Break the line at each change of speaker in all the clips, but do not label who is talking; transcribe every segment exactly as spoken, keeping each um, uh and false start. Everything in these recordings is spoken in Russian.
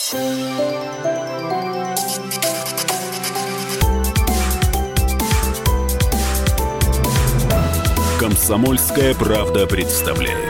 «Комсомольская правда» представляет.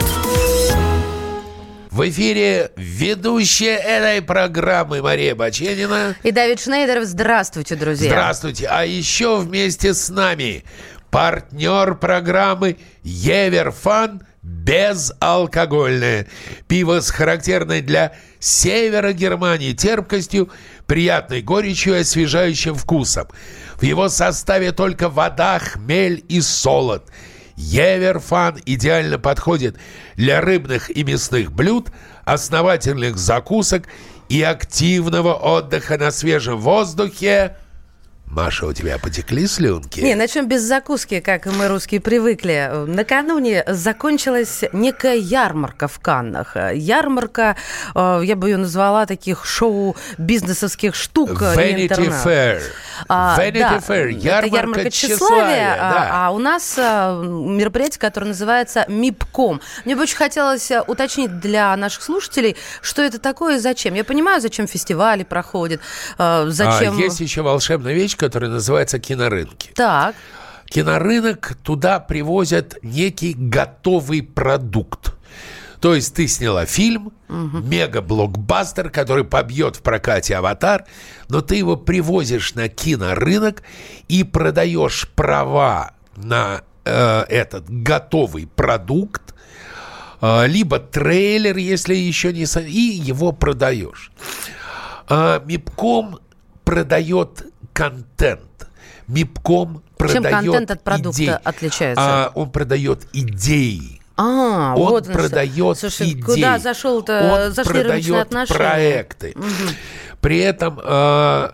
В эфире ведущая этой программы Мария Баченина
и Давид Шнейдер. Здравствуйте, друзья.
Здравствуйте. А еще вместе с нами партнер программы Еверфан безалкогольное. Пиво с характерной для севера Германии терпкостью, приятной горечью и освежающим вкусом. В его составе только вода, хмель и солод. Еверфан идеально подходит для рыбных и мясных блюд, основательных закусок и активного отдыха на свежем воздухе. Маша, у тебя потекли слюнки?
Не, начнем без закуски, как мы, русские, привыкли. Накануне закончилась некая ярмарка в Каннах. Ярмарка, я бы ее назвала, таких шоу-бизнесовских штук.
Vanity Fair.
А,
Vanity
да,
Fair. Ярмарка,
ярмарка
тщеславия.
тщеславия.
Да.
А, а у нас мероприятие, которое называется МИПКОМ. Мне бы очень хотелось уточнить для наших слушателей, что это такое и зачем. Я понимаю, зачем фестивали проходят, зачем...
А есть еще волшебная вещь, которая называется кинорынки.
Так.
Кинорынок, туда привозят некий готовый продукт. То есть ты сняла фильм, угу. мега-блокбастер, который побьет в прокате «Аватар», но ты его привозишь на кинорынок и продаешь права на э, этот готовый продукт, э, либо трейлер, если еще не... и его продаешь. Э, МИПКОМ продает контент. МИПКОМ продает идеи. Чем контент от продукта идей.
Отличается?
А, он продает идеи.
А,
он
вот
продает
Слушай,
идеи.
Куда зашел-то?
Он
Зашли рыночные отношения.
Проекты. Угу. При этом э,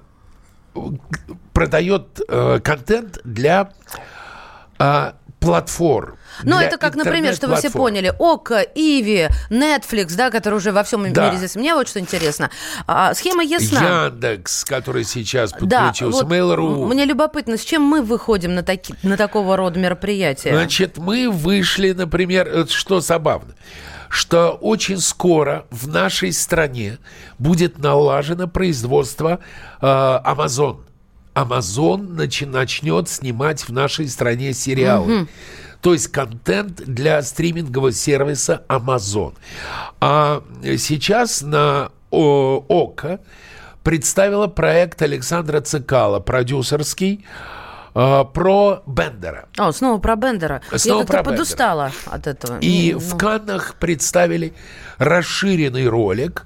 продает э, контент для э, платформ.
Ну, это как, например, чтобы все поняли, ОККО, Иви, Netflix, да, который уже во всем
да.
мире здесь. Мне вот что интересно. А, схема ясна.
Яндекс, который сейчас подключился,
да, вот
Mail.ru.
Мне любопытно, с чем мы выходим на, таки, на такого рода мероприятия?
Значит, мы вышли, например, что забавно, что очень скоро в нашей стране будет налажено производство э, Amazon. Amazon начи- начнет снимать в нашей стране сериалы. Угу. То есть контент для стримингового сервиса Amazon. А сейчас на ОККО представила проект Александра Цикало, продюсерский, про Бендера.
О, снова про Бендера.
Снова
Я как-то
про
подустала от этого.
И
ну,
в
ну.
Каннах представили расширенный ролик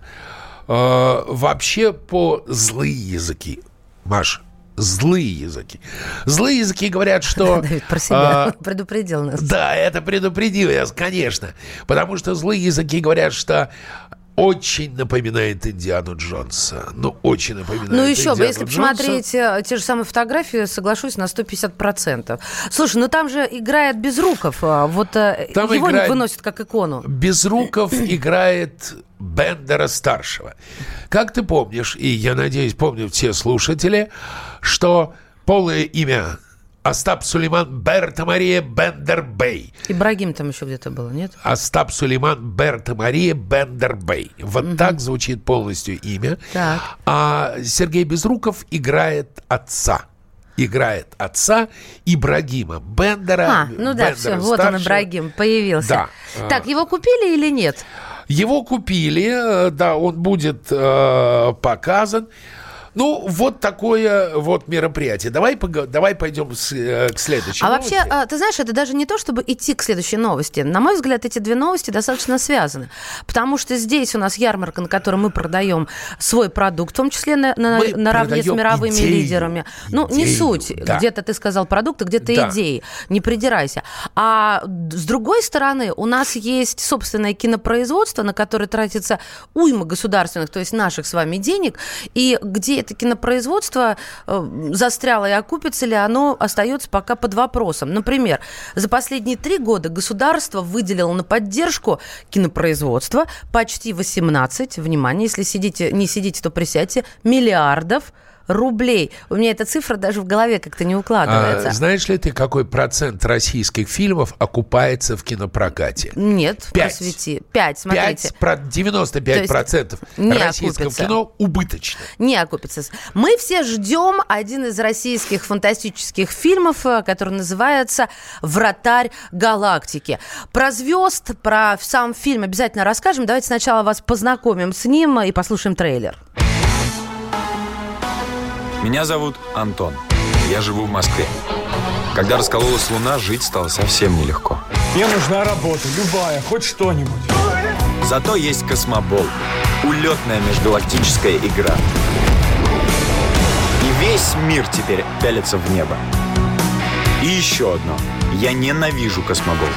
э, вообще по злые языки. Маша. Злые языки. Злые языки говорят, что...
Давид про себя а, предупредил нас.
Да, это предупредил я, конечно. Потому что злые языки говорят, что очень напоминает Индиану Джонса. Ну, очень напоминает
Ну, еще
Индиану
бы, если
Джонса.
посмотреть те же самые фотографии, соглашусь на сто пятьдесят процентов. Слушай, ну там же играет Безруков. Вот там его не выносят как икону.
Безруков играет Бендера старшего. Как ты помнишь, и я надеюсь, помнят все слушатели, что полное имя Остап Сулейман Берта Мария Бендер-Бей.
Ибрагим там еще где-то было, нет?
Остап Сулейман Берта Мария Бендер-Бей. Вот угу. так звучит полностью имя.
Так.
А Сергей Безруков играет отца. Играет отца Ибрагима Бендера.
А, ну да, все, вот он, Ибрагим, появился. Да. Так, его купили или нет?
Его купили, да, он будет э, показан. Ну, вот такое вот мероприятие. Давай, давай пойдем с, э, к следующей
а
новости.
А вообще, ты знаешь, это даже не то, чтобы идти к следующей новости. На мой взгляд, эти две новости достаточно связаны. Потому что здесь у нас ярмарка, на которой мы продаем свой продукт, в том числе на, на, наравне с мировыми
идею,
лидерами. Ну,
идею,
не суть. Да. Где-то ты сказал продукты, где-то да. идеи. Не придирайся. А с другой стороны, у нас есть собственное кинопроизводство, на которое тратится уйма государственных, то есть наших с вами денег, и где это кинопроизводство э, застряло, и окупится ли оно, остается пока под вопросом. Например, за последние три года государство выделило на поддержку кинопроизводства почти восемнадцать, внимание, если сидите, не сидите, то присядьте, миллиардов рублей. У меня эта цифра даже в голове как-то не укладывается.
А, знаешь ли ты, какой процент российских фильмов окупается в кинопрокате?
Нет,
Пять.
просвети. Пять, смотрите.
девяносто пять процентов российского кино убыточно.
Не окупится. Мы все ждем один из российских фантастических фильмов, который называется «Вратарь галактики». Про звезд, про сам фильм обязательно расскажем. Давайте сначала вас познакомим с ним и послушаем трейлер.
Меня зовут Антон. Я живу в Москве. Когда раскололась Луна, жить стало совсем нелегко.
Мне нужна работа, любая, хоть что-нибудь.
Зато есть Космобол. Улетная межгалактическая игра. И весь мир теперь пялится в небо. И еще одно. Я ненавижу Космобол.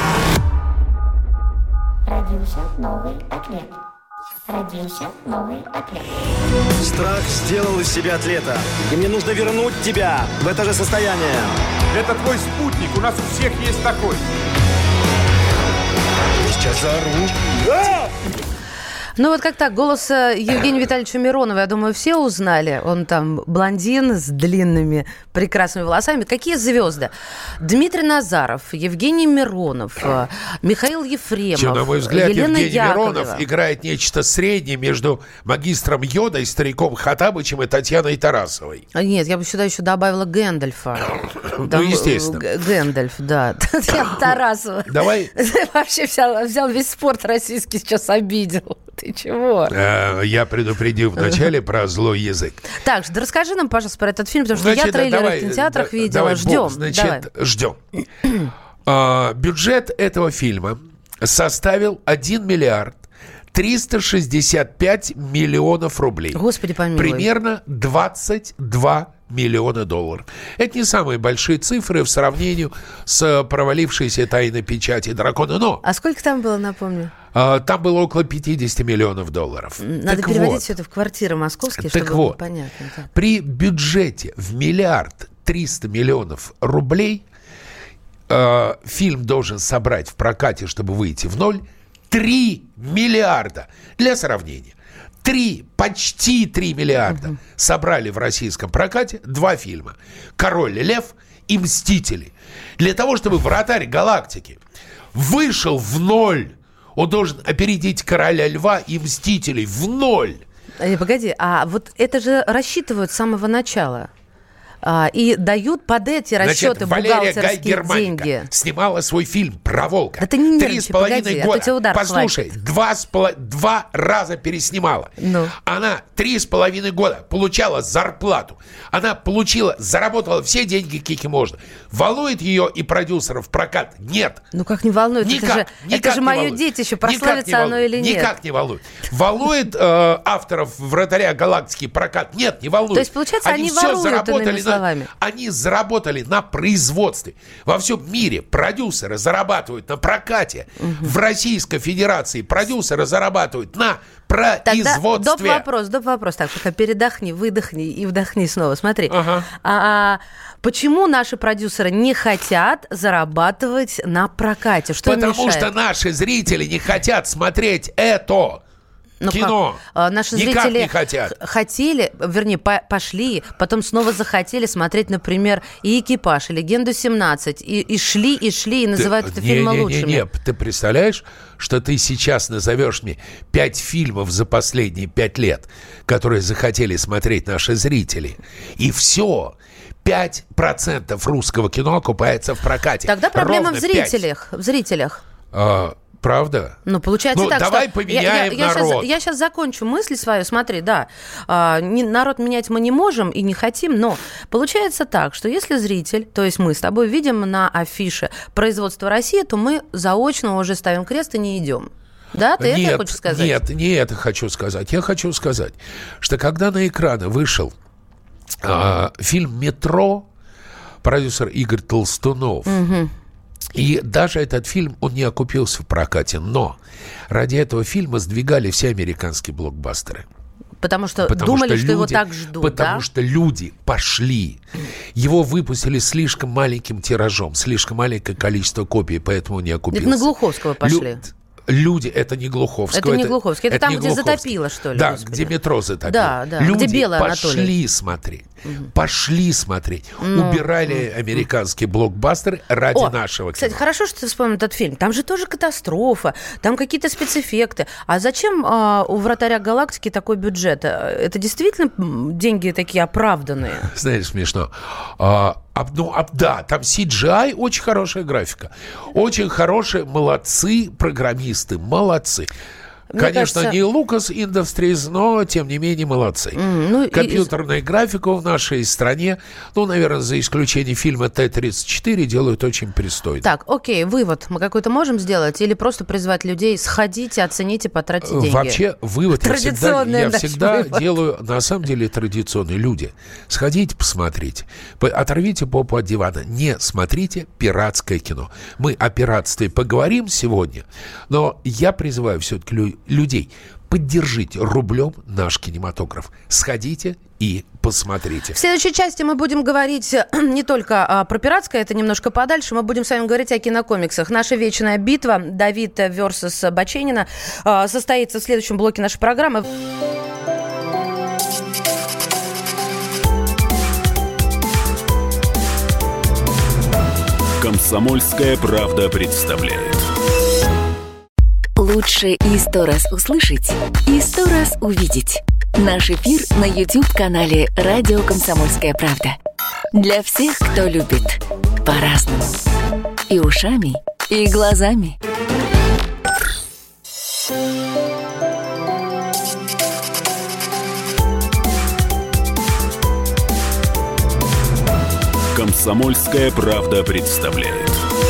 Родился новый атлет. Родился новый атлет.
Страх сделал из себя атлета. И мне нужно вернуть тебя в это же состояние.
Это твой спутник. У нас у всех есть такой.
Сейчас заору.
Ну вот как так, голос Евгения Витальевича Миронова, я думаю, все узнали. Он там блондин с длинными прекрасными волосами. Какие звезды? Дмитрий Назаров, Евгений Миронов, Михаил Ефремов,
Чем, на мой взгляд,
Елена
Евгений
Яковлева.
Миронов играет нечто среднее между магистром Йодой, стариком Хоттабычем и Татьяной Тарасовой.
Нет, я бы сюда еще добавила Гэндальфа.
Ну, естественно.
Гэндальф, да. Татьяна Тарасова.
Давай.
Вообще взял, взял весь спорт российский, сейчас обидел. Ты чего?
Я предупредил вначале про злой язык.
Так, да расскажи нам, пожалуйста, про этот фильм, потому что
Значит,
я трейлеры
давай,
в кинотеатрах
да,
видела.
давай,
Ждем.
Бог, значит,
давай.
ждем. а, бюджет этого фильма составил один миллиард триста шестьдесят пять миллионов рублей.
Господи помилуй.
Примерно двадцать два миллиона долларов. Это не самые большие цифры в сравнении с провалившейся «Тайной печати дракона». Но
а сколько там было, напомню?
а, там было около пятьдесят миллионов долларов.
Надо
так
переводить
вот,
все это в квартиры московские,
так
чтобы
вот,
было понятно. Так.
При бюджете в миллиард триста миллионов рублей э, фильм должен собрать в прокате, чтобы выйти в ноль, три миллиарда. Для сравнения. Три, почти три миллиарда угу. собрали в российском прокате два фильма. «Король и лев» и «Мстители». Для того, чтобы «Вратарь галактики» вышел в ноль, он должен опередить «Короля льва» и «Мстителей» в ноль.
Не, погоди, а вот это же рассчитывают с самого начала. А, и дают под эти расчеты бухгалтерские деньги.
Снимала свой фильм про волка.
Да ты не
Три с половиной года.
А то тебя удар
Послушай, два, с поло... два раза переснимала.
Ну.
Она три с половиной года получала зарплату. Она получила, заработала все деньги, какие можно. Волнует ее и продюсеров прокат? Нет.
Ну как не волнует?
Никак,
это же,
никак
это же
не
мое
волнует.
детище, прославится оно или нет?
Никак не волнует. Волнует э, авторов «Вратаря галактики» прокат? Нет, не волнует.
То есть, получается, они, они воруют, иными словами.
Они заработали на производстве. Во всем мире продюсеры зарабатывают на прокате. Угу. В Российской Федерации продюсеры зарабатывают на производстве.
Тогда доп. вопрос, доп. вопрос. Так, пока передохни, выдохни и вдохни снова. Смотри.
Ага.
А, почему наши продюсеры не хотят зарабатывать на прокате? Что
Потому
им мешает?
что наши зрители не хотят смотреть это.
Ну,
кино.
А, наши
никак
зрители
не хотят.
хотели, вернее, по- пошли, потом снова захотели смотреть, например, и «Экипаж», и «Легенду семнадцать», и, и шли, и шли, и называют
ты,
это
не,
фильмы
не,
лучшими.
Не, не, ты представляешь, что ты сейчас назовешь мне пять фильмов за последние пять лет, которые захотели смотреть наши зрители, и все. пять процентов русского кино окупается в прокате.
Тогда проблема
Ровно
в зрителях. В зрителях.
А, правда?
Ну, получается
ну,
так,
давай
что...
поменяем
я, я, я
народ.
Сейчас, я сейчас закончу мысль свою. Смотри, да, а, не, народ менять мы не можем и не хотим, но получается так, что если зритель, то есть мы с тобой видим на афише производство России, то мы заочно уже ставим крест и не идем. Да, ты
нет,
это хочешь сказать?
Нет, не это хочу сказать. Я хочу сказать, что когда на экраны вышел а, фильм «Метро», продюсер Игорь Толстунов, угу. И даже этот фильм, он не окупился в прокате, но ради этого фильма сдвигали все американские блокбастеры.
Потому что
потому
думали, что,
что люди,
его так ждут,
Потому
да?
что люди пошли. Его выпустили слишком маленьким тиражом, слишком маленькое количество копий, поэтому не окупился.
Это на Глуховского пошли.
Лю... Люди, это не Глуховского.
Это не Глуховский, это, это там, где
Глуховский.
затопило, что ли?
Да,
Господи.
где метро затопило.
Да, да.
Люди
где Белый
пошли
Анатолий.
смотреть. Угу. Пошли смотреть.
Ну,
Убирали американские блокбастеры ради
О,
нашего кино.
Кстати, хорошо, что ты вспомнил этот фильм. Там же тоже катастрофа, там какие-то спецэффекты. А зачем а, у «Вратаря галактики» такой бюджет? Это действительно деньги такие оправданные?
Знаешь, смешно. А, ну, а, да, там си джи ай, очень хорошая графика. Очень хорошие, молодцы программисты, молодцы.
Мне
Конечно,
кажется...
не Lucas Industries, но, тем не менее, молодцы. Mm, ну, Компьютерная и... графика в нашей стране, ну, наверное, за исключением фильма Т тридцать четыре, делают очень пристойно.
Так, окей, вывод мы какой-то можем сделать? Или просто призвать людей, сходите, оцените, потратьте деньги?
Вообще, вывод я всегда, я всегда делаю, на самом деле, традиционные люди. Сходите, посмотрите. Оторвите попу от дивана. Не смотрите пиратское кино. Мы о пиратстве поговорим сегодня, но я призываю все-таки людей, людей. Поддержите рублем наш кинематограф. Сходите и посмотрите.
В следующей части мы будем говорить не только а, про пиратское, это немножко подальше. Мы будем с вами говорить о кинокомиксах. Наша вечная битва Давид versus Баченина а, состоится в следующем блоке нашей программы.
«Комсомольская правда» представляет.
Лучше и сто раз услышать, и сто раз увидеть. Наш эфир на YouTube-канале «Радио Комсомольская правда». Для всех, кто любит по-разному. И ушами, и глазами.
«Комсомольская правда» представляет.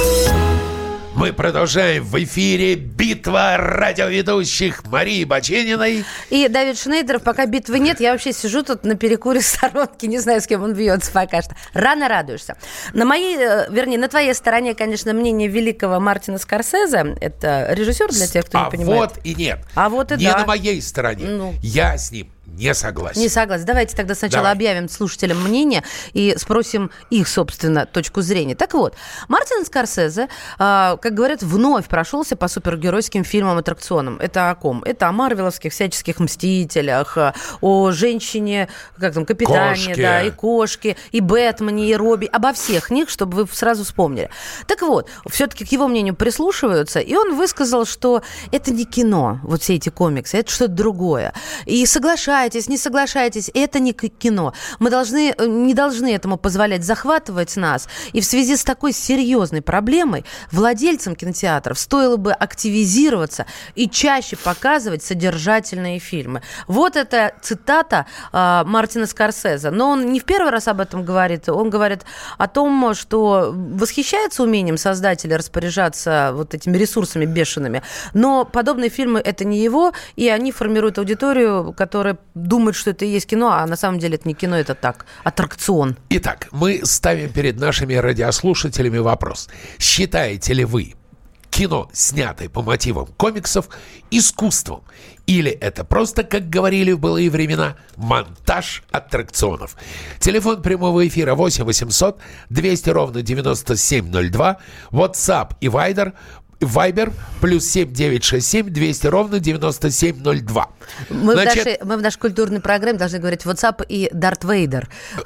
Мы продолжаем в эфире битва радиоведущих Марии Бачениной
и Давид Шнейдеров. Пока битвы нет, я вообще сижу тут на перекуре в сторонке, не знаю, с кем он бьется пока что. Рано радуешься. На моей, вернее, на твоей стороне, конечно, мнение великого Мартина Скорсезе. Это режиссер, для тех, кто
а
не понимает.
А вот и нет.
А вот и
не
да.
на моей стороне. Ну. Я с ним не согласен.
Не согласен. Давайте тогда сначала Давай. объявим слушателям мнение и спросим их, собственно, точку зрения. Так вот, Мартин Скорсезе, как говорят, вновь прошелся по супергеройским фильмам-аттракционам. Это о ком? Это о марвеловских всяческих мстителях, о женщине, как там, капитане, да, и кошке, и Бэтмене, и Робби. Обо всех них, чтобы вы сразу вспомнили. Так вот, все-таки к его мнению прислушиваются, и он высказал, что это не кино, вот все эти комиксы, это что-то другое. И соглашается, не соглашайтесь, это не кино. Мы должны, не должны этому позволять захватывать нас. И в связи с такой серьезной проблемой владельцам кинотеатров стоило бы активизироваться и чаще показывать содержательные фильмы. Вот это цитата э, Мартина Скорсезе. Но он не в первый раз об этом говорит. Он говорит о том, что восхищается умением создателя распоряжаться вот этими ресурсами бешеными. Но подобные фильмы – это не его, и они формируют аудиторию, которая думают, что это и есть кино, а на самом деле это не кино, это так, аттракцион.
Итак, мы ставим перед нашими радиослушателями вопрос. Считаете ли вы кино, снятое по мотивам комиксов, искусством? Или это просто, как говорили в былые времена, монтаж аттракционов? Телефон прямого эфира восемь восемьсот двести ровно девяносто семь ноль два, WhatsApp и Viber Вайбер плюс семь девять шесть семь двести ровно девяносто семь ноль два.
Мы, Значит... в нашей, мы в нашей культурной программе должны говорить WhatsApp и Дарт Вейдер.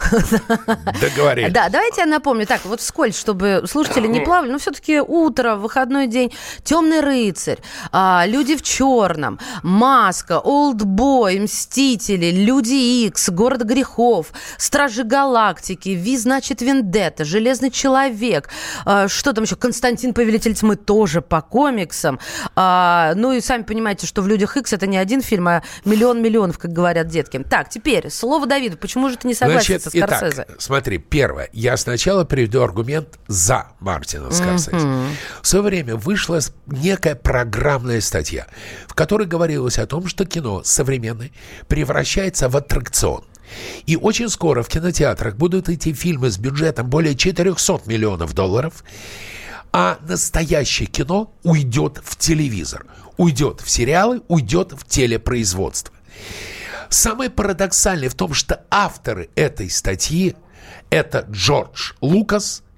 Договорились.
Да, давайте я напомню. Так, вот вскользь, чтобы слушатели не плавали, но все-таки утро, выходной день, «Темный рыцарь», «Люди в черном», «Маска», «Олдбой», «Мстители», «Люди Икс», «Город грехов», «Стражи галактики», «Ви, значит, Вендетта», «Железный человек», что там еще, «Константин, повелитель тьмы», тоже по комиксам. А, ну и сами понимаете, что в «Людях Икс» это не один фильм, а миллион миллионов, как говорят детки. Так, теперь слово Давиду. Почему же ты не согласен со Скорсезе?
Итак, смотри, первое. Я сначала приведу аргумент за Мартина Скорсезе. Mm-hmm. В свое время вышла некая программная статья, в которой говорилось о том, что кино современное превращается в аттракцион. И очень скоро в кинотеатрах будут идти фильмы с бюджетом более четыреста миллионов долларов, а настоящее кино уйдет в телевизор, уйдет в сериалы, уйдет в телепроизводство. Самое парадоксальное в том, что авторы этой статьи – это Джордж Лукас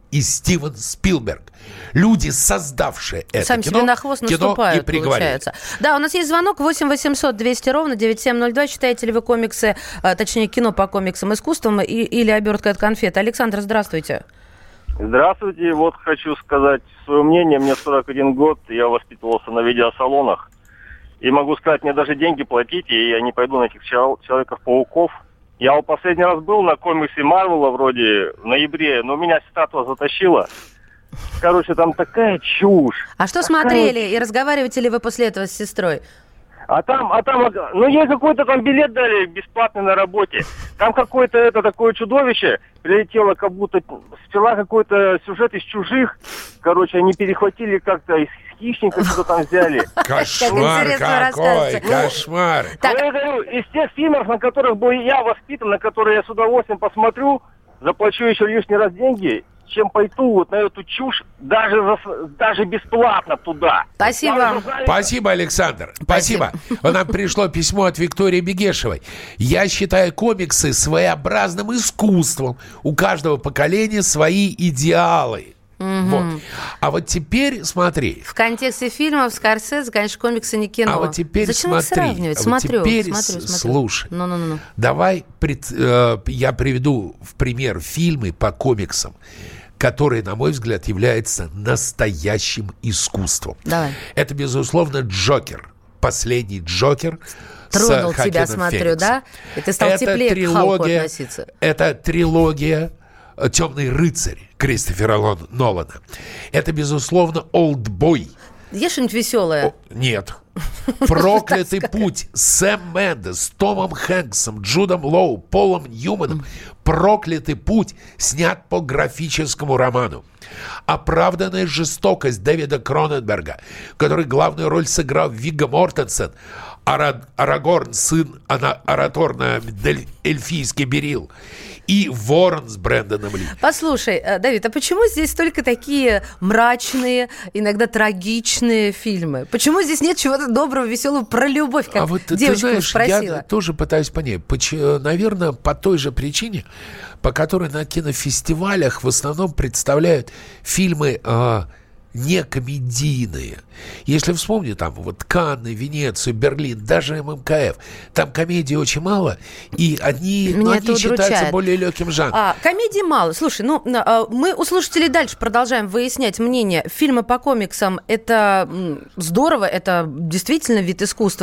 и Стивен Спилберг. Люди, создавшие это
Сами
кино,
себе на хвост наступают, получается. Да, у нас есть звонок восемь восемьсот двести ровно девяносто семь ноль два. Читаете ли вы комиксы, а, точнее, кино по комиксам, искусствам и, или «Обертка от конфет». Александр, здравствуйте.
Здравствуйте. Вот хочу сказать свое мнение. Мне сорок один год, я воспитывался на видеосалонах. И могу сказать, мне даже деньги платите, и я не пойду на этих Человеков-пауков. Я вот последний раз был на комиксе Марвела вроде в ноябре, но меня статуя затащила. Короче, там такая чушь.
А что
такая...
смотрели? И разговариваете ли вы после этого с сестрой?
А там, а там, ну ей какой-то там билет дали бесплатный на работе. Там какое-то это такое чудовище прилетело, как будто сперва какой-то сюжет из «Чужих». Короче, они перехватили как-то из «Хищника», что-то там взяли.
Кошмар какой, кошмар.
Я говорю, из тех фильмов, на которых был я воспитан, на которые я с удовольствием посмотрю, заплачу еще лишний раз деньги, чем пойду вот на эту чушь, даже, за, даже бесплатно туда.
Спасибо.
Спасибо, Александр. Спасибо. Спасибо. Нам пришло письмо от Виктории Бегешевой. Я считаю комиксы своеобразным искусством. У каждого поколения свои идеалы. Угу. Вот. А вот теперь смотри.
В контексте фильмов Скорсезе, конечно, комиксы не кино.
А вот теперь
Зачем
смотри.
их сравнивать?
А
Смотрю,
вот теперь
смотрю, смотрю.
Слушай.
Ну, ну, ну.
Давай пред, э, я приведу в пример фильмы по комиксам, которые, на мой взгляд, являются настоящим искусством.
Давай.
Это, безусловно, «Джокер». Последний «Джокер».
Тронул
с
тебя,
Хоакином
смотрю,
Фениксом.
да? И ты стал
это
теплее
трилогия,
к Халку относиться.
Это трилогия «Темный рыцарь» Кристофера Нолана. Это, безусловно, «Олдбой».
Есть что-нибудь веселое?
О, нет. «Проклятый путь» Сэм Мендес, Томом Хэнксом, Джудом Лоу, Полом Ньюманом. «Проклятый путь» снят по графическому роману. «Оправданная жестокость» Дэвида Кроненберга, который главную роль сыграл Вигго Мортенсен. Ара- Арагорн, сын Ана- Араторна, эльфийский Берил. И «Ворон» с Брэндоном Ли.
Послушай, Давид, а почему здесь только такие мрачные, иногда трагичные фильмы? Почему здесь нет чего-то доброго, веселого про любовь, как
а вот,
девочка
ты знаешь,
спросила?
Я тоже пытаюсь понять. Почему, наверное, по той же причине, по которой на кинофестивалях в основном представляют фильмы э, не комедийные. Если вспомнить, там, вот Канны, Венецию, Берлин, даже эм эм ка эф, там комедии очень мало, и они, ну, они считаются более легким жанром.
А, комедии мало. Слушай, ну, мы у слушателей дальше продолжаем выяснять мнение. Фильмы по комиксам – это здорово, это действительно вид искусства,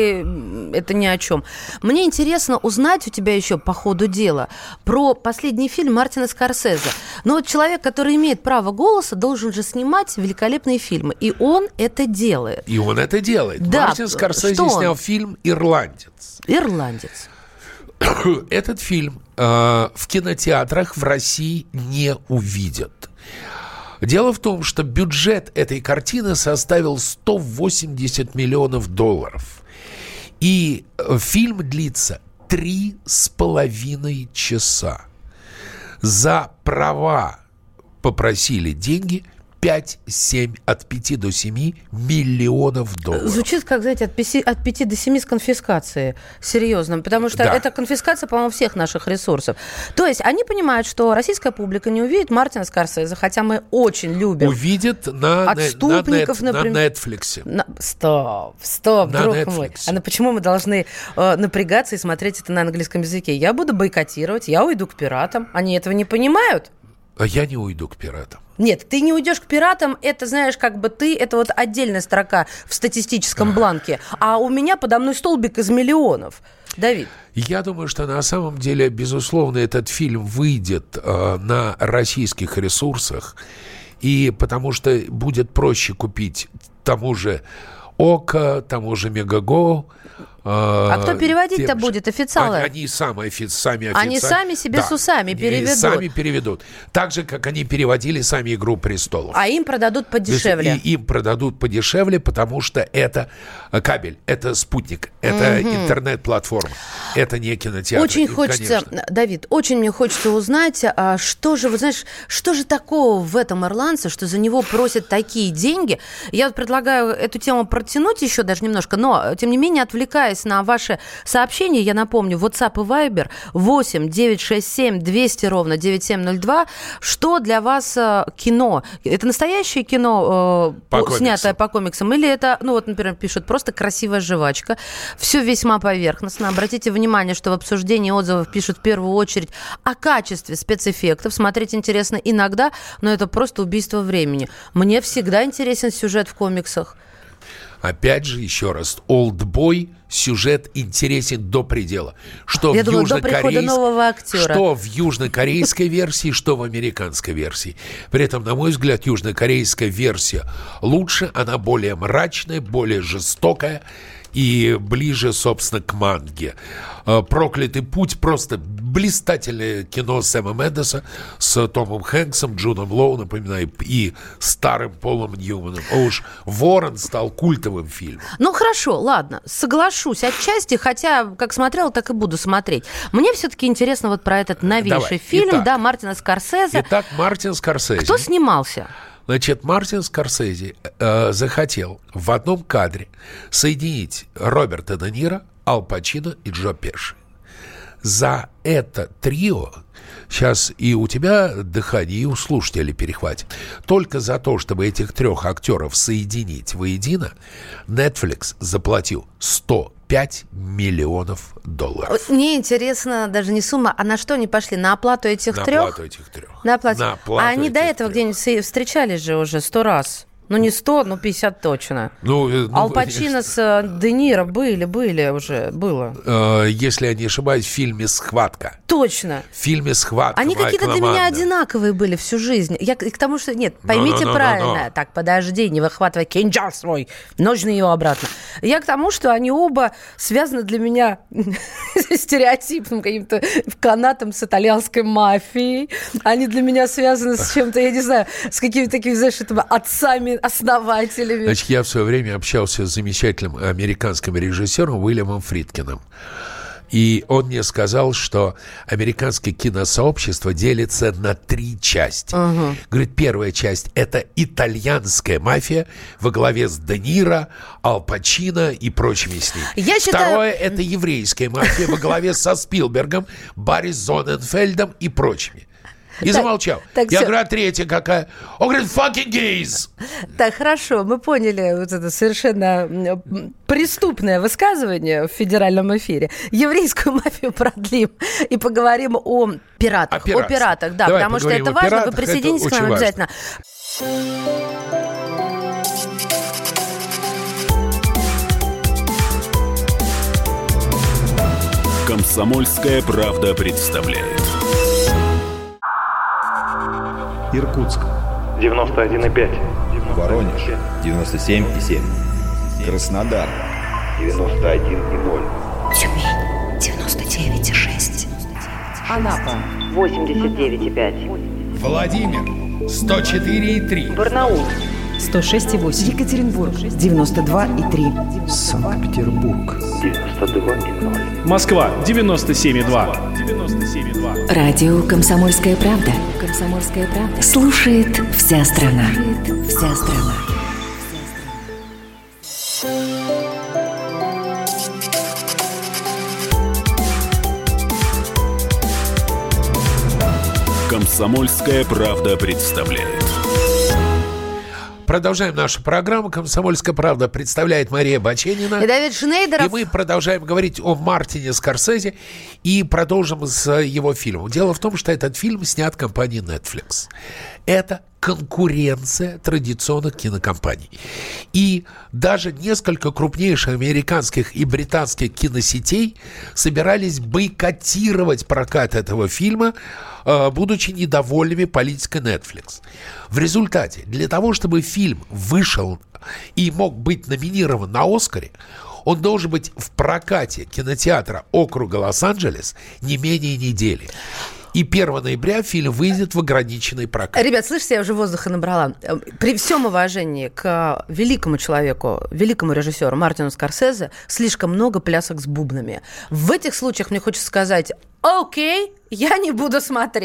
или это ни о чем? Мне интересно узнать у тебя еще по ходу дела про последний фильм Мартина Скорсезе. Но вот человек, который имеет право голоса, должен же снимать великолепные фильмы, и он это делает.
И он это делает.
Да.
Мартин Скорсезе снял фильм «Ирландец».
«Ирландец».
Этот фильм э, в кинотеатрах в России не увидят. Дело в том, что бюджет этой картины составил сто восемьдесят миллионов долларов. И фильм длится три с половиной часа. За права попросили деньги пять-семь, от пяти до семи миллионов долларов.
Звучит, как, знаете, от пяти, от пяти до семи с конфискацией. Серьезно. Потому что
да.
это конфискация, по-моему, всех наших ресурсов. То есть они понимают, что российская публика не увидит Мартина Скорсезе, хотя мы очень любим.
Увидит на,
«Отступников»,
на, на,
например.
на Netflix.
На... Стоп, стоп,
на
друг
Netflix.
мой. А на почему мы должны э, напрягаться и смотреть это на английском языке? Я буду бойкотировать, я уйду к пиратам. Они этого не понимают?
А я не уйду к пиратам.
Нет, ты не уйдешь к пиратам, это, знаешь, как бы ты, это вот отдельная строка в статистическом бланке, а у меня подо мной столбик из миллионов. Давид.
Я думаю, что на самом деле, безусловно, этот фильм выйдет э, на российских ресурсах, и потому что будет проще купить тому же ОКО, тому же Мегаго.
А кто переводить-то будет? Официалы?
Они, они сами, офи, сами официально.
Они сами себе
да,
с усами переведут.
Сами переведут. Так же, как они переводили сами «Игру престолов».
А им продадут подешевле.
И им продадут подешевле, потому что это кабель, это спутник, это угу. интернет-платформа, это не кинотеатр.
Очень
и,
хочется,
конечно.
Давид, очень мне хочется узнать, а что же, вы знаешь, что же такого в этом «Ирландце», что за него просят такие деньги? Я вот предлагаю эту тему протянуть еще даже немножко, но, тем не менее, отвлекаясь откликаясь на ваши сообщения, я напомню, WhatsApp и Viber восемь девятьсот шестьдесят семь двести ровно девяносто семь ноль два. Что для вас кино? Это настоящее кино,
по
по, снятое по комиксам? Или это, ну вот, например, пишут, просто красивая жвачка? Все весьма поверхностно. Обратите внимание, что в обсуждении отзывов пишут в первую очередь о качестве спецэффектов. Смотреть интересно иногда, но это просто убийство времени. Мне всегда интересен сюжет в комиксах.
Опять же, еще раз, «Олдбой» сюжет интересен до предела. Что
Я
в
думала, до прихода нового актера.
Что в южнокорейской версии, что в американской версии. При этом, на мой взгляд, южнокорейская версия лучше, она более мрачная, более жестокая и ближе, собственно, к манге. «Проклятый путь» — просто блистательное кино Сэма Мендеса с Томом Хэнксом, Джудом Лоу, напоминаю, и старым Полом Ньюманом. А уж «Ворон» стал культовым фильмом.
Ну, хорошо, ладно, соглашусь отчасти, хотя как смотрела, так и буду смотреть. Мне все-таки интересно вот про этот новейший
Давай.
фильм,
Итак,
да, Мартина Скорсезе.
Итак, Мартин Скорсезе.
Кто снимался?
Значит, Мартин Скорсезе э, захотел в одном кадре соединить Роберта Де Ниро, Аль Пачино и Джо Пеши. За это трио, сейчас и у тебя дыхание, и у слушателей перехватит, только за то, чтобы этих трех актеров соединить воедино, Netflix заплатил сто пять миллионов долларов.
Мне интересно даже не сумма, а на что они пошли? На оплату этих
на
трех?
На оплату этих трех.
На оплату.
На оплату
а они до этого
трех.
где-нибудь встречались же уже сто раз? Ну, не сто, но пятьдесят точно.
Ну, ну,
Аль Пачино с Де Ниро были, были уже, было.
Э, если я не ошибаюсь, в фильме «Схватка».
Точно.
В фильме «Схватка»
Они какие-то для
Манда.
меня одинаковые были всю жизнь. Я к тому, что... Нет, поймите
no, no, no,
правильно.
no, no.
Так, подожди, не выхватывай кинжал свой. Нужно его обратно. Я к тому, что они оба связаны для меня стереотипным каким-то канатом с итальянской мафией. Они для меня связаны с чем-то, я не знаю, с какими-то такими, знаешь, отцами-основателями.
Значит, я в свое время общался с замечательным американским режиссером Уильямом Фридкиным. И он мне сказал, что американское киносообщество делится на три части. Uh-huh. Говорит, первая часть – это итальянская мафия во главе с Де Ниро, Аль Пачино и прочими с ним.
Я
Второе
считаю...
– это еврейская мафия во главе со Спилбергом, Барри Зонненфельдом и прочими. И так, замолчал. Так я все... говорю, а третья какая? Он говорит, fucking gays.
Так, хорошо, мы поняли вот это совершенно преступное высказывание в федеральном эфире. Еврейскую мафию продлим и поговорим о пиратах. О, о пиратах, да,
Давай
потому что это важно. Пиратах, Вы присоединитесь к нам обязательно.
«Комсомольская правда» представляет.
Иркутск.
девяносто один и пять.
Воронеж. девяносто семь и семь. Краснодар.
девяносто один и ноль.
Тюмень. девяносто девять и шесть.
Анапа. восемьдесят девять и пять.
Владимир. сто четыре и три.
Барнаул.
сто шесть и восемь. Екатеринбург. девяносто два и три.
Санкт-Петербург.
девяносто два и ноль.
Москва. девяносто семь и два.
Радио «Комсомольская правда». «Комсомольская правда». Слушает вся страна. Слушает вся страна.
«Комсомольская правда» представляет.
Продолжаем нашу программу. «Комсомольская правда» представляет Мария Баченина.
И Давид Шнейдеров.
И мы продолжаем говорить о Мартине Скорсезе и продолжим с его фильмом. Дело в том, что этот фильм снят компанией Netflix. Это конкуренция традиционных кинокомпаний. И даже несколько крупнейших американских и британских киносетей собирались бойкотировать прокат этого фильма, будучи недовольными политикой Netflix. В результате, для того, чтобы фильм вышел и мог быть номинирован на «Оскаре», он должен быть в прокате кинотеатра округа Лос-Анджелес не менее недели. И первого ноября фильм выйдет в ограниченный прокат.
Ребят, слышите, я уже воздуха набрала. При всем уважении к великому человеку, великому режиссеру Мартину Скорсезе, слишком много плясок с бубнами. В этих случаях мне хочется сказать, окей, я не буду смотреть.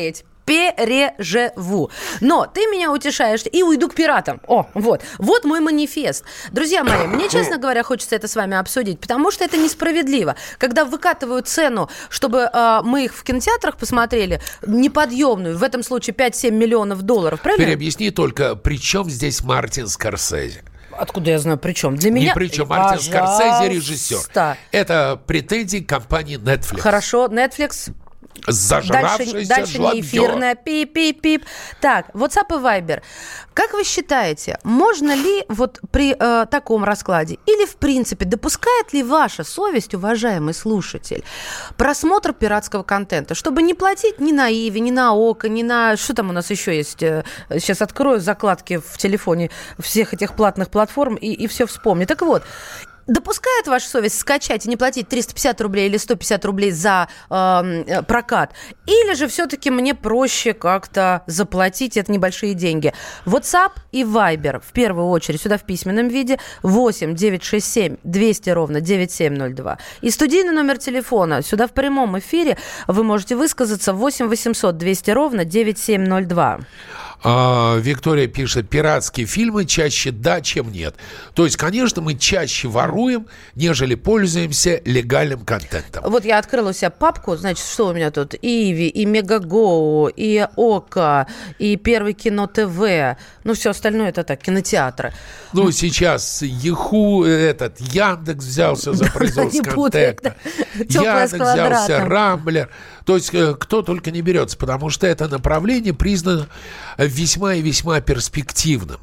переживу. Но ты меня утешаешь и уйду к пиратам. О, вот. Вот мой манифест. Друзья мои, мне, честно говоря, хочется это с вами обсудить, потому что это несправедливо. Когда выкатывают цену, чтобы э, мы их в кинотеатрах посмотрели, неподъемную, в этом случае пять-семь миллионов долларов, правильно?
Переобъясни только, при чем здесь Мартин Скорсезе?
Откуда я знаю, при чем? Для меня...
Ни при чем. Мартин Скорсезе режиссер. Это претензии компании Netflix.
Хорошо, Netflix...
Зажравшийся
Дальше, дальше не эфирная. Пип-пип-пип. Так, WhatsApp и Viber. Как вы считаете, можно ли вот при э, таком раскладе или, в принципе, допускает ли ваша совесть, уважаемый слушатель, просмотр пиратского контента, чтобы не платить ни на Иви, ни на Око, ни на... Что там у нас еще есть? Сейчас открою закладки в телефоне всех этих платных платформ и, и все вспомню. Так вот, допускает ваша совесть скачать и не платить триста пятьдесят рублей или сто пятьдесят рублей за э, прокат? Или же все-таки мне проще как-то заплатить, это небольшие деньги? WhatsApp и Viber в первую очередь сюда в письменном виде восемь девятьсот шестьдесят семь двести ровно девяносто семь ноль два. И студийный номер телефона сюда в прямом эфире вы можете высказаться восемь восемьсот двести ровно девяносто семь ноль два.
А, Виктория пишет, пиратские фильмы чаще да, чем нет. То есть, конечно, мы чаще воруем, нежели пользуемся легальным контентом.
Вот я открыла у себя папку, значит, что у меня тут? Иви, и Мегагоу, и Ока, и Первый кино ТВ. Ну, все остальное это так, кинотеатры.
Ну, сейчас Яху, этот, Яндекс взялся за производство контента. Яндекс взялся, Рамблер. То есть, кто только не берется, потому что это направление признано весьма и весьма перспективным.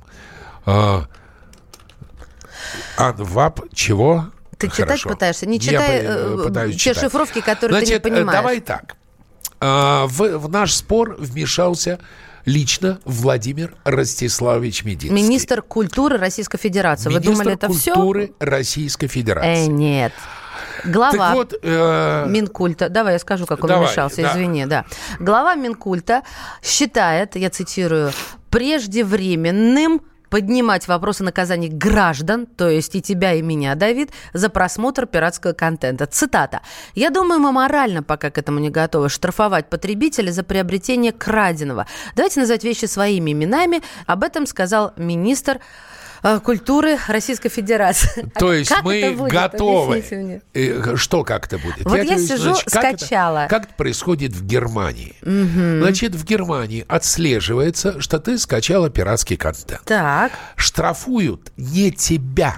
Анвап, чего?
Ты
Хорошо.
читать пытаешься? Не читай те читать. Шифровки, которые
Значит,
ты не понимаешь.
Давай так. В, в наш спор вмешался лично Владимир Ростиславович Мединский.
Министр культуры Российской Федерации.
Министр
Вы думали, это все?
Министр культуры Российской Федерации.
Э, нет. Глава
вот, э...
Минкульта, давай я скажу, как он
давай,
вмешался,
да.
извини, да. Глава Минкульта считает, я цитирую, преждевременным поднимать вопросы наказаний граждан, то есть и тебя, и меня, Давид, за просмотр пиратского контента. Цитата. «Я думаю, мы морально пока к этому не готовы штрафовать потребителя за приобретение краденого. Давайте называть вещи своими именами». Об этом сказал министр культуры Российской Федерации.
То есть
как
мы готовы. Что как это будет?
Вот я, я сижу, значит, как скачала.
Это, как это происходит в Германии? Угу. Значит, в Германии отслеживается, что ты скачала пиратский контент.
Так.
Штрафуют не тебя.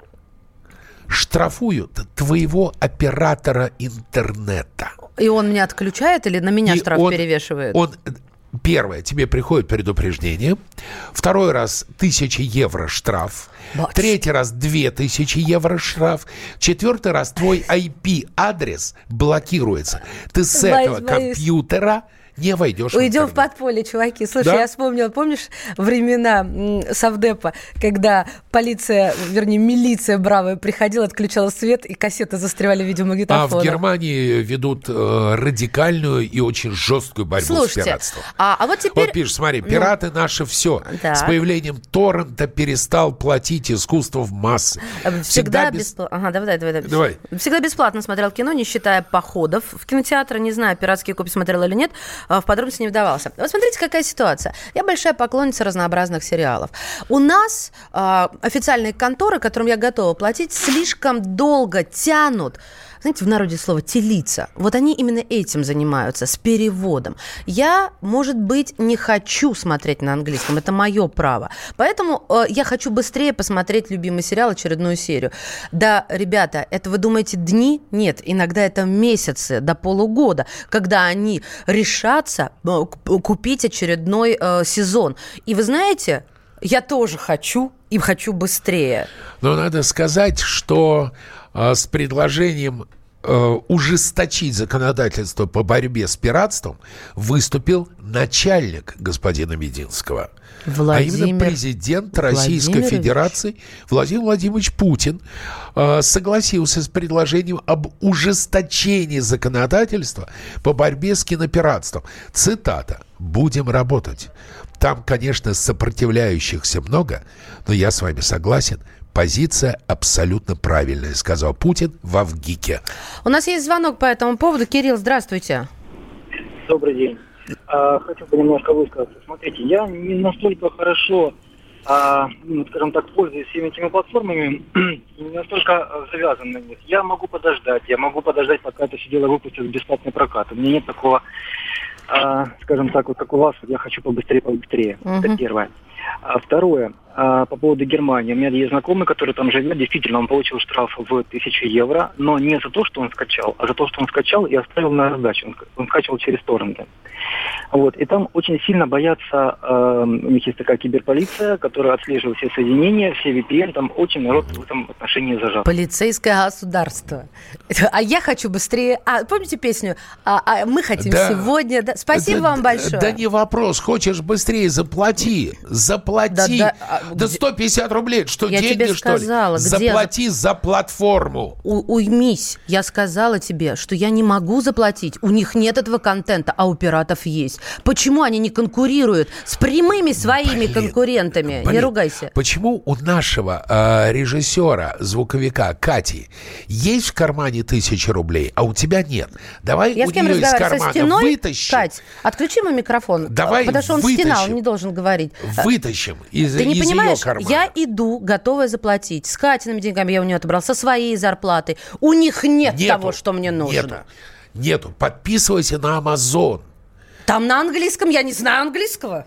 Штрафуют твоего оператора интернета.
И он меня отключает или на меня
И
штраф
он,
перевешивает?
Он... Первое, тебе приходит предупреждение. Второй раз тысяча евро штраф. Бач. Третий раз две тысячи евро штраф. Четвертый раз твой ай пи-адрес блокируется. Ты с боюсь, этого боюсь. компьютера не войдешь
Уйдем
в,
в подполье, чуваки. Слушай,
да?
я вспомнила, помнишь времена Совдепа, когда полиция, вернее, милиция бравая приходила, отключала свет, и кассеты застревали в видеомагнитофоне.
А в Германии ведут э, радикальную и очень жесткую борьбу
Слушайте,
с пиратством.
А, а вот теперь...
Вот пишешь, смотри, пираты ну, наше все.
Да.
С появлением торрента перестал платить искусство в массы.
Всегда, Всегда без... бесплатно. Ага, давай, давай, давай.
давай.
Всегда бесплатно смотрел кино, не считая походов в кинотеотры. Не знаю, пиратские копии смотрел или нет. В подробности не вдавался. Вот смотрите, какая ситуация. Я большая поклонница разнообразных сериалов. У нас э, официальные конторы, которым я готова платить, слишком долго тянут. Знаете, в народе слово «телиться». Вот они именно этим занимаются, с переводом. Я, может быть, не хочу смотреть на английском. Это мое право. Поэтому э, я хочу быстрее посмотреть любимый сериал, очередную серию. Да, ребята, это вы думаете дни? Нет, иногда это месяцы, до полугода, когда они решатся э, купить очередной э, сезон. И вы знаете, я тоже хочу, и хочу быстрее.
Но надо сказать, что... с предложением э, ужесточить законодательство по борьбе с пиратством выступил начальник господина Мединского.
Владимир,
а именно президент Российской Федерации Владимир Владимирович Путин э, согласился с предложением об ужесточении законодательства по борьбе с кинопиратством. Цитата. «Будем работать. Там, конечно, сопротивляющихся много, но я с вами согласен. Позиция абсолютно правильная», сказал Путин в Авгике.
У нас есть звонок по этому поводу. Кирилл, здравствуйте.
Добрый день. А, хочу бы немножко высказаться. Смотрите, я не настолько хорошо, а, ну, скажем так, пользуюсь всеми этими платформами, и не настолько завязан на них. Я могу подождать, я могу подождать, пока это все дело выпустят в бесплатный прокат. У меня нет такого, а, скажем так, вот как у вас, я хочу побыстрее, побыстрее. Uh-huh. Это первое. А второе, а, по поводу Германии. У меня есть знакомый, который там живет. Действительно, он получил штраф в тысячу евро, но не за то, что он скачал, а за то, что он скачал и оставил на раздачу. Он, он скачивал через торренты. Вот. И там очень сильно боятся, э, у них есть такая киберполиция, которая отслеживает все соединения, все ви пи эн, там очень народ в этом отношении зажат.
Полицейское государство. А я хочу быстрее... А, помните песню? А, а мы хотим да. сегодня... Да. Спасибо да, вам большое.
Да не вопрос. Хочешь быстрее, заплати. Заплати. Да, да, да сто пятьдесят рублей. Что, я деньги, тебе сказала, что ли? Заплати за, за платформу.
У, уймись. Я сказала тебе, что я не могу заплатить. У них нет этого контента, а у пиратов есть. Почему они не конкурируют с прямыми своими блин, конкурентами? Блин. Не ругайся.
Почему у нашего э, режиссера, звуковика Кати есть в кармане тысяча рублей, а у тебя нет? Давай
я
у
с кем
нее из кармана
со стеной?
Вытащим.
Кать, отключи ему микрофон.
Давай
потому что он
вытащим.
стена, он не должен говорить.
Вытащим из,
Ты не
из
понимаешь,
ее кармана.
Я иду, готовая заплатить. С Катиными деньгами я у нее отобрал, со своей зарплаты. У них нет
нету,
того, что мне нужно.
Нету, нету. Подписывайся на Amazon.
Там на английском, я не знаю английского.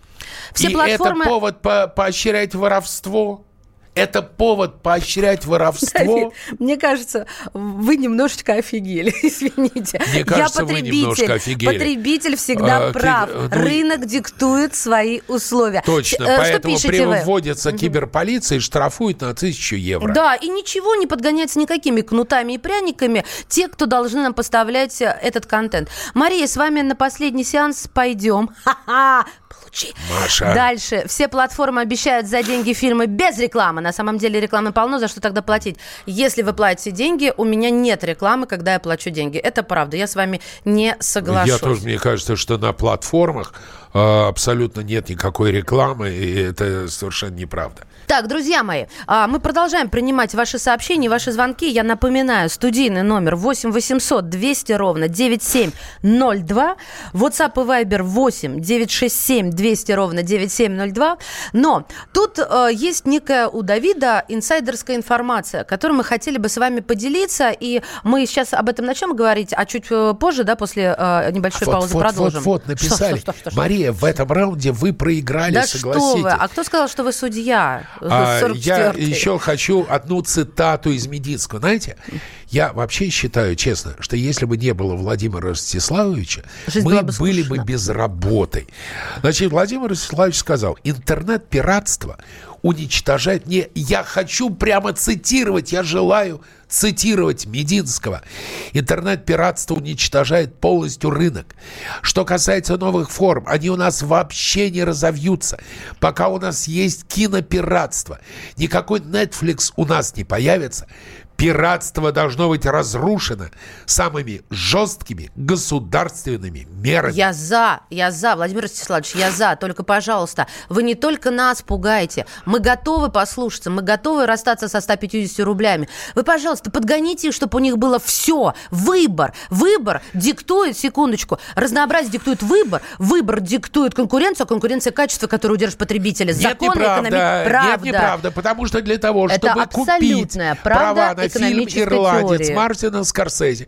Все
и
платформы...
это повод по- поощрять воровство? Это повод поощрять воровство?
Давид, мне кажется, вы немножечко офигели, извините.
Мне кажется,
я потребитель.
Вы немножко офигели.
Потребитель всегда а, прав. Ты, ну, Рынок диктует свои условия.
Точно,
Что
поэтому вводится
вы?
киберполиция и штрафует на тысячу евро.
Да, и ничего не подгоняется никакими кнутами и пряниками те, кто должны нам поставлять этот контент. Мария, с вами на последний сеанс пойдем. Ха-ха! Получи.
Маша.
Дальше. Все платформы обещают за деньги фильмы без рекламы. На самом деле рекламы полно, за что тогда платить? Если вы платите деньги, у меня нет рекламы, когда я плачу деньги. Это правда, я с вами не соглашусь.
Я тоже, мне кажется, что на платформах э, абсолютно нет никакой рекламы, и это совершенно неправда.
Так, друзья мои, мы продолжаем принимать ваши сообщения, ваши звонки. Я напоминаю, студийный номер восемь восемьсот двести ровно девяносто семь ноль два. WhatsApp и Viber восемь девятьсот шестьдесят семь двести ровно девяносто семь ноль два. Но тут э, есть некая у Давида инсайдерская информация, которой мы хотели бы с вами поделиться. И мы сейчас об этом начнем говорить, а чуть позже, да, после э, небольшой
вот,
паузы
вот,
продолжим.
Вот, вот, написали. Что, что, что, что,
Мария,
в этом раунде вы проиграли,
да
согласитесь.
Что вы? А кто сказал, что вы судья?
А, я еще хочу одну цитату из Мединского. Знаете, я вообще считаю, честно, что если бы не было Владимира Ростиславовича, жизнь мы бы были бы без работы. Значит, Владимир Ростиславович сказал: интернет-пиратство уничтожает... Не, я хочу прямо цитировать, я желаю цитировать Мединского. Интернет-пиратство уничтожает полностью рынок. Что касается новых форм, они у нас вообще не разовьются, пока у нас есть кинопиратство. Никакой Netflix у нас не появится. Пиратство должно быть разрушено самыми жесткими государственными мерами.
Я за, я за, Владимир Ростиславович, я за. Только, пожалуйста, вы не только нас пугаете. Мы готовы послушаться, мы готовы расстаться со ста пятьюдесятью рублями. Вы, пожалуйста, подгоните их, чтобы у них было все. Выбор. Выбор диктует, секундочку, разнообразие диктует выбор. Выбор диктует конкуренцию, а конкуренция качества, которую удержит потребителя.
Нет, неправда. Правда. Нет, неправда. Потому что для того, чтобы купить права на фильм «Ирландец» теории. Мартина Скорсезе,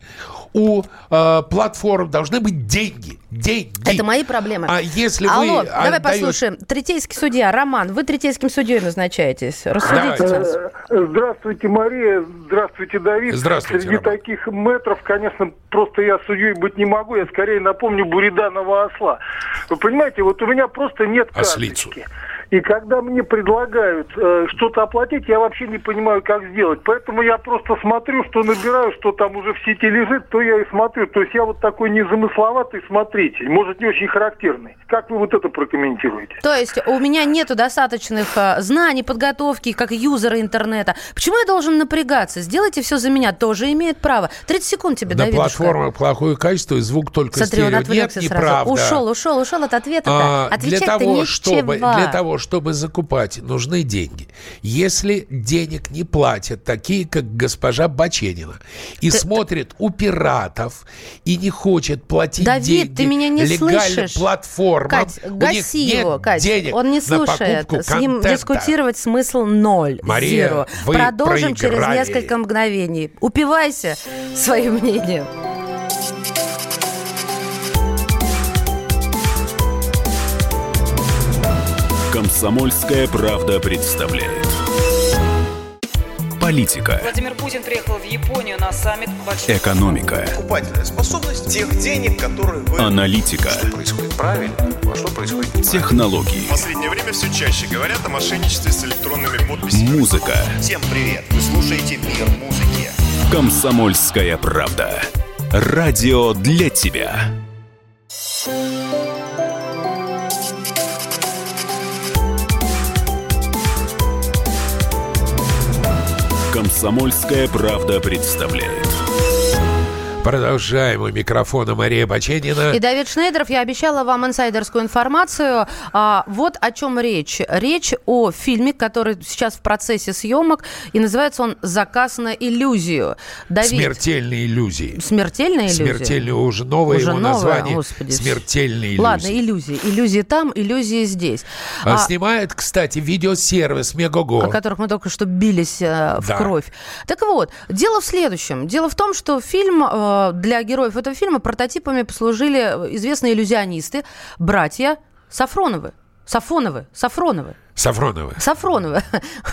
у э, платформ должны быть деньги. Деньги.
Это мои проблемы.
А если
Алло,
вы
давай
отдаете...
послушаем. Третейский судья. Роман, вы третейским судьей назначаетесь. Рассудите нас.
Здравствуйте, Мария. Здравствуйте, Давид.
Здравствуйте,
Среди
Роман.
таких метров, конечно, просто я судьей быть не могу. Я скорее напомню Буриданова осла. Вы понимаете, вот у меня просто нет карточки.
Ослицу.
И когда мне предлагают э, что-то оплатить, я вообще не понимаю, как сделать. Поэтому я просто смотрю, что набираю, что там уже в сети лежит, то я и смотрю. То есть я вот такой незамысловатый смотритель, может, не очень характерный. Как вы вот это прокомментируете?
То есть у меня нету достаточных э, знаний, подготовки, как юзера интернета. Почему я должен напрягаться? Сделайте все за меня. Тоже имеет право. тридцать секунд тебе, Давидушка.
На платформах плохое качество, и звук только
Смотри,
стерео.
Он отвлекся
Нет,
сразу.
неправда.
Ушел, ушел, ушел от ответа-то.
А,
Отвечать-то
для того,
нечего.
чтобы, для того, чтобы закупать, нужны деньги. Если денег не платят, такие, как госпожа Баченина, и ты... смотрит у пиратов, и не хочет платить
Давид,
деньги
ты меня не
легальным
слышишь.
платформам,
Кать,
у
гаси
них
его,
нет
Кать.
денег
Он не
на
слушает.
покупку
С ним
контента.
дискутировать смысл ноль.
Мария,
Zero.
вы
Продолжим
проиграли.
через несколько мгновений. Упивайся своим мнением.
«Комсомольская правда» представляет. Политика.
Владимир Путин приехал в Японию на саммит большой...
Экономика.
Покупательная способность тех денег, которые вы...
Аналитика.
Что происходит правильно, а что происходит неправильно.
Технологии.
В последнее время все чаще говорят о мошенничестве с электронными подписями.
Музыка.
Всем привет! Вы слушаете «Мир музыки».
«Комсомольская правда». Радио для тебя. «Комсомольская правда» представляет.
Продолжаем. У микрофона Мария Баченина.
И Давид Шнейдеров. Я обещала вам инсайдерскую информацию. А, вот о чем речь. Речь о фильме, который сейчас в процессе съемок, и называется он «Заказ на иллюзию». Давид...
Смертельные иллюзии.
Смертельные иллюзии?
Смертельные, уже новое
уже
его
новое?
название.
Господи.
Смертельные иллюзии.
Ладно, иллюзии. Иллюзии там, иллюзии здесь.
А,
а...
Снимает, кстати, видеосервис Мегого.
О которых мы только что бились э, в да. кровь. Так вот, дело в следующем. Дело в том, что фильм... Э, для героев этого фильма прототипами послужили известные иллюзионисты, братья Сафроновы. Сафоновы. Сафроновы.
Сафроновы.
Сафроновы.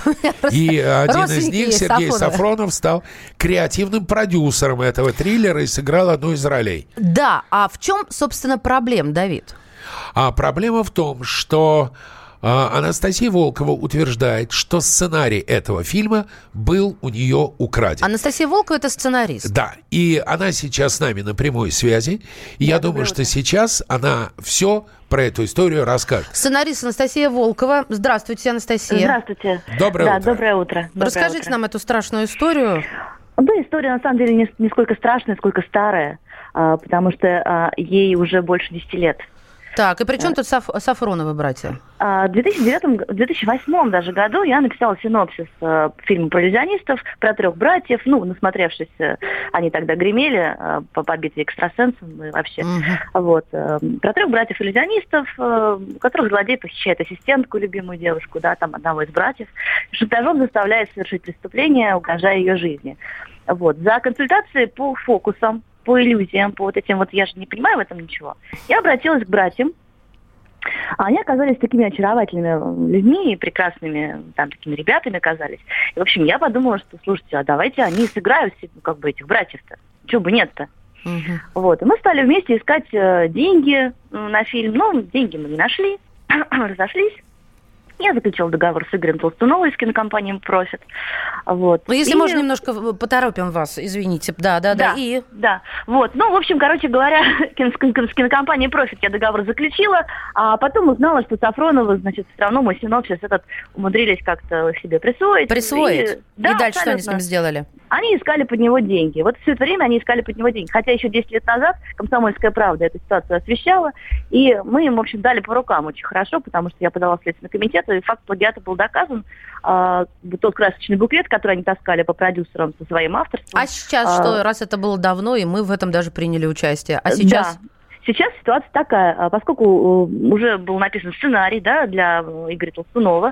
И один из них, Сергей Сафронов, стал креативным продюсером этого триллера и сыграл одну из ролей.
Да, а в чем, собственно, проблема, Давид?
А проблема в том, что Анастасия Волкова утверждает, что сценарий этого фильма был у нее украден.
Анастасия Волкова – это сценарист.
Да, и она сейчас с нами на прямой связи. И я думаю, что сейчас она все про эту историю расскажет.
Сценарист Анастасия Волкова. Здравствуйте, Анастасия.
Здравствуйте.
Доброе
да,
утро.
Доброе утро. Доброе
Расскажите
утро.
нам эту страшную историю.
Да, история на самом деле не, не сколько страшная, сколько старая, потому что ей уже больше десяти лет.
Так, и при чем тут Саф- Сафроновы братья?
В две тысячи девятом, в две тысячи восьмом даже году я написала синопсис э, фильма про иллюзионистов, про трех братьев. Ну, насмотревшись, э, они тогда гремели э, по, по битве экстрасенсом и вообще. Uh-huh. Вот, э, про трех братьев-иллюзионистов, э, у которых злодей похищает ассистентку, любимую девушку, да, там одного из братьев, шантажом заставляет совершить преступление, угрожая ее жизни. Вот, за консультацией по фокусам, по иллюзиям, по вот этим вот, я же не понимаю в этом ничего, я обратилась к братьям. Они оказались такими очаровательными людьми, прекрасными там такими ребятами оказались. И, в общем, я подумала, что, слушайте, а давайте они сыграют как бы этих братьев-то. Чего бы нет-то? Uh-huh. Вот. И мы стали вместе искать э, деньги на фильм. Но деньги мы не нашли, разошлись. Я заключила договор с Игорем Толстуновым из кинокомпании «Профит». Вот.
Ну, если
и...
можно, немножко поторопим вас, извините. Да, да, да.
Да,
и...
да. Вот. Ну, в общем, короче говоря, с кинокомпанией «Профит» я договор заключила, а потом узнала, что Сафроновы, значит, все равно мой синопсис этот умудрились как-то себе присвоить.
Присвоить? И,
да,
и дальше
абсолютно.
Что они с ним сделали?
Они искали под него деньги. Вот все это время они искали под него деньги. Хотя еще десять лет назад «Комсомольская правда» эту ситуацию освещала, и мы им, в общем, дали по рукам очень хорошо, потому что я подала в Следственный комитет, и факт плагиата был доказан. А, тот красочный буклет, который они таскали по продюсерам со своим авторством.
А сейчас а, что, раз это было давно, и мы в этом даже приняли участие, а
Да.
сейчас...
Сейчас ситуация такая, поскольку уже был написан сценарий, да, для Игоря Толстунова,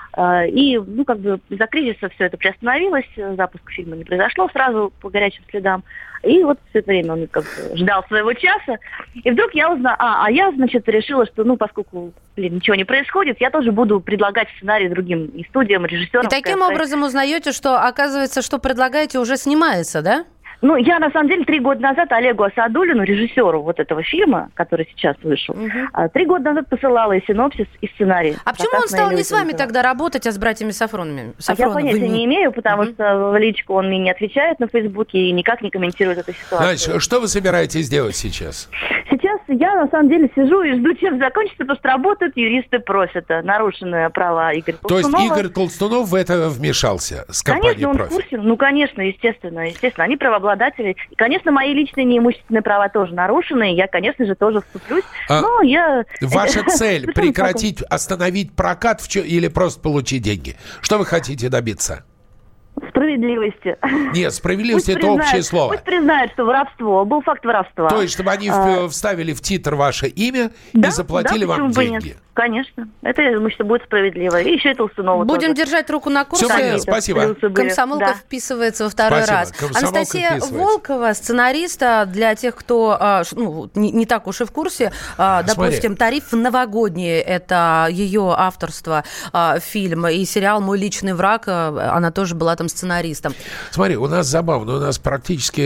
и, ну, как бы из-за кризиса все это приостановилось, запуск фильма не произошло сразу по горячим следам. И вот все это время он как бы ждал своего часа. И вдруг я узнала, а, а я, значит, решила, что, ну, поскольку, блин, ничего не происходит, я тоже буду предлагать сценарий другим и студиям, и режиссерам.
И таким сказать, образом узнаете, что, оказывается, что предлагаете, уже снимается, да?
Ну, я, на самом деле, три года назад Олегу Асадуллину, режиссеру вот этого фильма, который сейчас вышел, угу. три года назад посылала и синопсис, и сценарий.
А почему он стал не с вами тогда работать, а с братьями Сафроновыми?
А я понятия не имею, потому угу. что в личку он мне не отвечает на Фейсбуке и никак не комментирует эту ситуацию.
Значит, что вы собираетесь делать сейчас?
Сейчас я на самом деле сижу и жду, чем закончится, потому что работают юристы профита, нарушенные права Игоря Толстунова.
То есть Игорь Толстунов в это вмешался с компанией
Конечно, он
«Профит».
в курсе. Ну, конечно, естественно, естественно. Они правообладатели. И, конечно, мои личные неимущественные права тоже нарушены. И я, конечно же, тоже вступлюсь.
А
Но я...
Ваша цель прекратить, остановить прокат в чё, или просто получить деньги? Что вы хотите добиться?
Справедливости.
Нет, справедливость – это
признают,
общее слово.
Пусть признают, что воровство, был факт воровства.
То есть, чтобы они а... вставили в титр ваше имя да, и заплатили
да,
вам деньги.
Нет? Конечно. Это, я думаю, что будет справедливо. И еще и Толстунова
Будем
тоже.
держать руку на курсе.
Все, спасибо.
Комсомолка
да.
вписывается во второй
спасибо.
раз.
Комсомолка
Анастасия Волкова, сценариста, для тех, кто ну, не, не так уж и в курсе. Допустим, Смотри. «Тариф новогодний» — это ее авторство, фильм, и сериал «Мой личный враг», она тоже была там сценаристом.
Смотри, у нас забавно, у нас практически...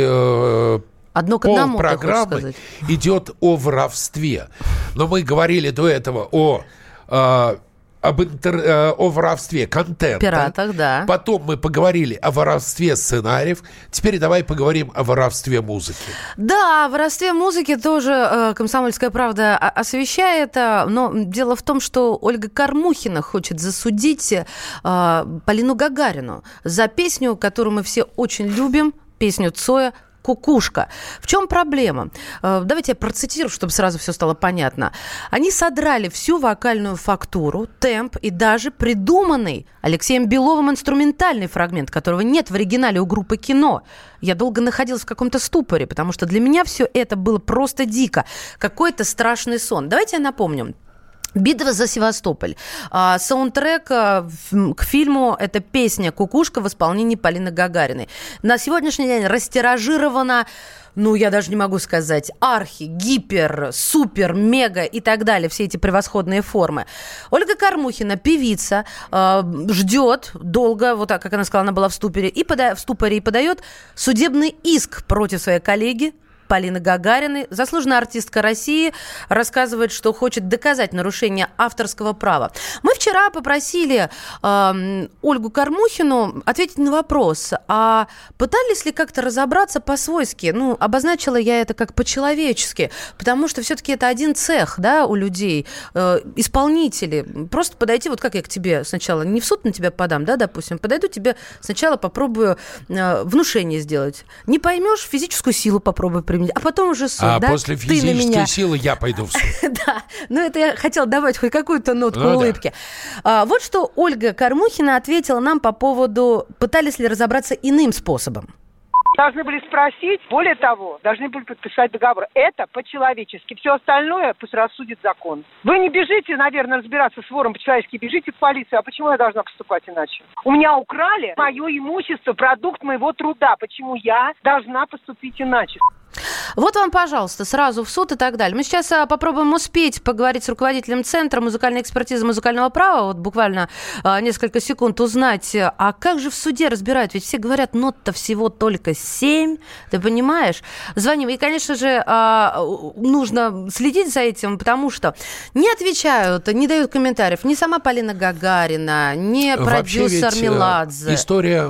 Одно к
пол
одному,
программы идет о воровстве. Но мы говорили до этого о, э, об интер, э, о воровстве контента.
Пиратах, да.
Потом мы поговорили о воровстве сценариев. Теперь давай поговорим о воровстве музыки.
Да, о воровстве музыки тоже э, «Комсомольская правда» освещает. Но дело в том, что Ольга Кормухина хочет засудить э, Полину Гагарину за песню, которую мы все очень любим, песню Цоя «Кукушка». В чем проблема? Давайте я процитирую, чтобы сразу все стало понятно. Они содрали всю вокальную фактуру, темп и даже придуманный Алексеем Беловым инструментальный фрагмент, которого нет в оригинале у группы «Кино». Я долго находилась в каком-то ступоре, потому что для меня все это было просто дико. Какой-то страшный сон. Давайте я напомню. «Битва за Севастополь». А, саундтрек а, в, к фильму – это песня «Кукушка» в исполнении Полины Гагариной. На сегодняшний день растиражирована, ну, я даже не могу сказать, архи, гипер, супер, мега и так далее, все эти превосходные формы. Ольга Кормухина, певица, э, ждет долго, вот так, как она сказала, она была в ступоре, и, пода- в ступоре, и подает судебный иск против своей коллеги Полины Гагариной. Заслуженная артистка России рассказывает, что хочет доказать нарушение авторского права. Мы вчера попросили э, Ольгу Кормухину ответить на вопрос, а пытались ли как-то разобраться по-свойски? Ну, обозначила я это как по-человечески, потому что все-таки это один цех, да, у людей, э, исполнители. Просто подойти, вот как я к тебе сначала, не в суд на тебя подам, да, допустим, подойду тебе сначала попробую э, внушение сделать. Не поймешь, физическую силу попробую применить. А потом уже суд,
а
да?
после физической силы я пойду в суд.
Да, ну это я хотела добавить хоть какую-то нотку улыбки. Вот что Ольга Кормухина ответила нам по поводу, пытались ли разобраться иным способом.
Должны были спросить, более того, должны были подписать договор. Это по-человечески. Все остальное пусть рассудит закон. Вы не бежите, наверное, разбираться с вором по-человечески, бежите в полицию. А почему я должна поступать иначе? У меня украли мое имущество, продукт моего труда. Почему я должна поступить иначе?
Вот вам, пожалуйста, сразу в суд и так далее. Мы сейчас а, попробуем успеть поговорить с руководителем Центра музыкальной экспертизы музыкального права, вот буквально а, несколько секунд узнать, а как же в суде разбирают? Ведь все говорят, нот-то всего только семь, ты понимаешь? Звоним. И, конечно же, а, нужно следить за этим, потому что не отвечают, не дают комментариев ни сама Полина Гагарина, ни продюсер Меладзе.
История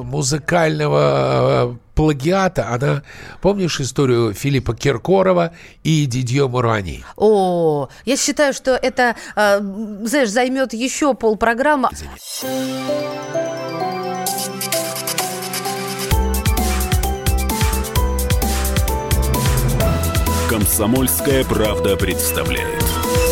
музыкального плагиата, она, помнишь историю Филиппа Киркорова и Дидье Мурани?
О, я считаю, что это, э, знаешь, займет еще полпрограммы.
«Комсомольская правда» представляет.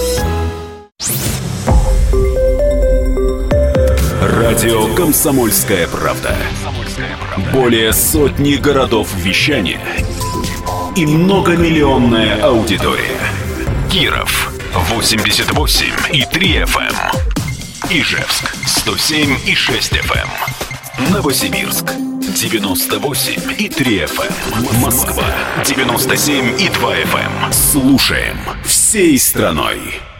Радио «Комсомольская правда». Более сотни городов вещания и многомиллионная аудитория. Киров восемьдесят восемь и три эф эм, Ижевск сто семь и шесть эф эм, Новосибирск девяносто восемь и три эф эм, Москва девяносто семь и два эф эм. Слушаем всей страной.